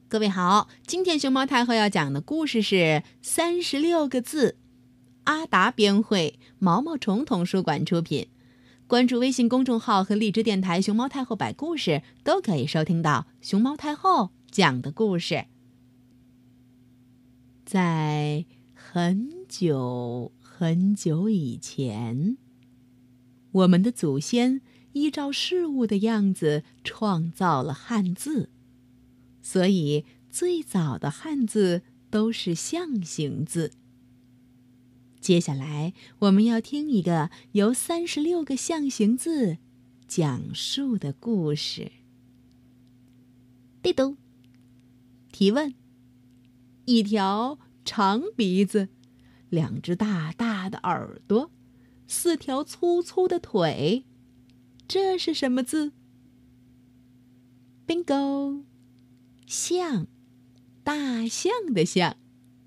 各位好，今天熊猫太后要讲的故事是36个字，阿达编绘，毛毛虫童书馆出品。关注微信公众号和荔枝电台熊猫太后摆故事，都可以收听到熊猫太后讲的故事。在很久很久以前，我们的祖先依照事物的样子创造了汉字，所以最早的汉字都是象形字。接下来我们要听一个由36个象形字讲述的故事。滴嘟，提问：一条长鼻子，2只大大的耳朵，4条粗粗的腿，这是什么字？ Bingo， 象，大象的象。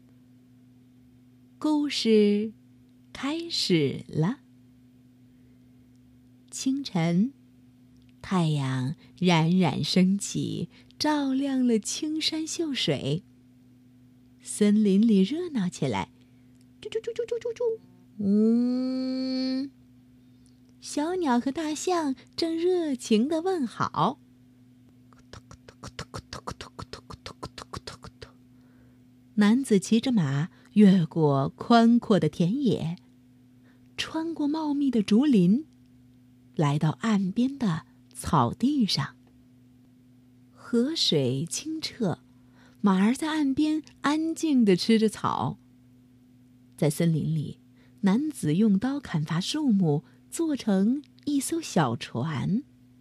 故事开始了。清晨，太阳冉冉升起，照亮了青山秀水。森林里热闹起来，啾啾啾啾啾啾啾。小鸟和大象正热情地问好。男子骑着马越过宽阔的田野，穿过茂密的竹林，来到岸边的草地上。河水清澈，马儿在岸边安静地吃着草。在森林里，男子用刀砍伐树木，做成一艘小船。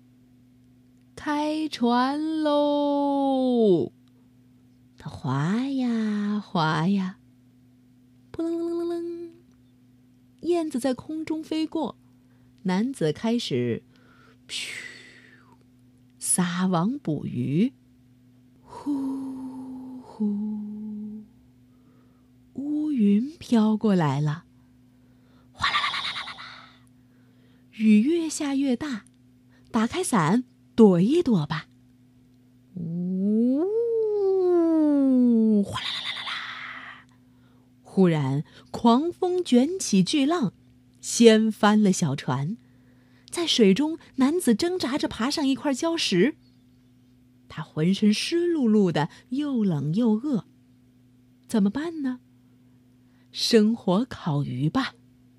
开船喽！它划呀划呀，扑棱棱棱棱，燕子在空中飞过。男子开始咻撒网捕鱼，呼呼，乌云飘过来了，哗啦啦啦啦啦啦，雨越下越大，打开伞躲一躲吧。哗啦啦啦啦啦！忽然，狂风卷起巨浪，掀翻了小船。在水中，男子挣扎着爬上一块礁石。他浑身湿漉漉的，又冷又饿，怎么办呢？生火烤鱼吧。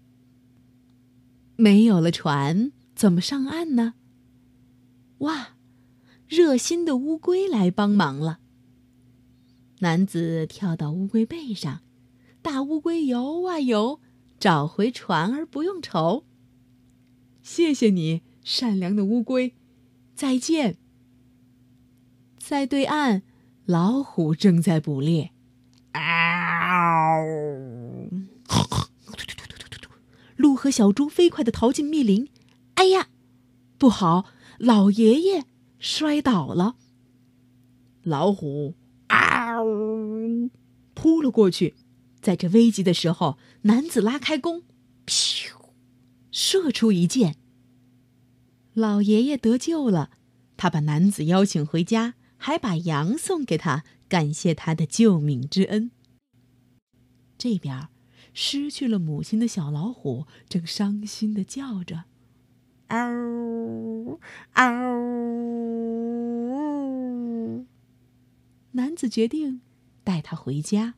没有了船，怎么上岸呢？哇！热心的乌龟来帮忙了。男子跳到乌龟背上，大乌龟游啊游，找回船儿不用愁。谢谢你，善良的乌龟，再见。在对岸，老虎正在捕猎。鹿和小猪飞快地逃进密林。哎呀，不好，老爷爷摔倒了。老虎扑了过去。在这危急的时候，男子拉开弓，咻，射出一箭。老爷爷得救了，他把男子邀请回家，还把羊送给他，感谢他的救命之恩。这边，失去了母亲的小老虎正伤心地叫着，嗷嗷。男子决定带他回家。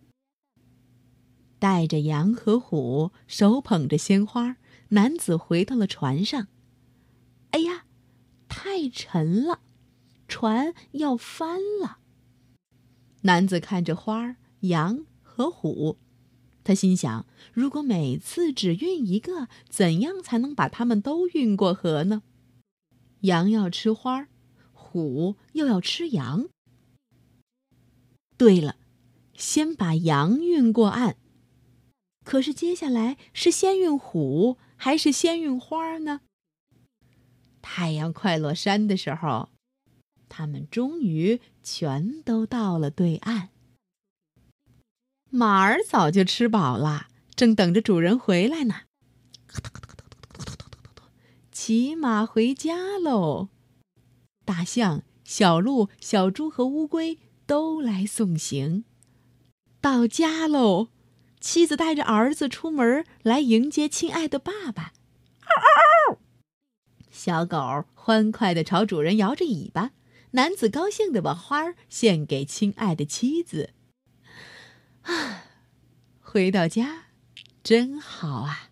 带着羊和虎，手捧着鲜花，男子回到了船上。哎呀，太沉了，船要翻了。男子看着花、羊和虎，他心想，如果每次只运一个，怎样才能把它们都运过河呢？羊要吃花，虎又要吃羊。对了，先把羊运过岸。可是接下来是先运虎还是先运花呢？太阳快落山的时候，他们终于全都到了对岸。马儿早就吃饱了，正等着主人回来呢。骑马回家喽！大象、小鹿、小猪和乌龟都来送行。到家喽，妻子带着儿子出门来迎接亲爱的爸爸。小狗欢快地朝主人摇着尾巴，男子高兴地把花儿献给亲爱的妻子。回到家真好啊。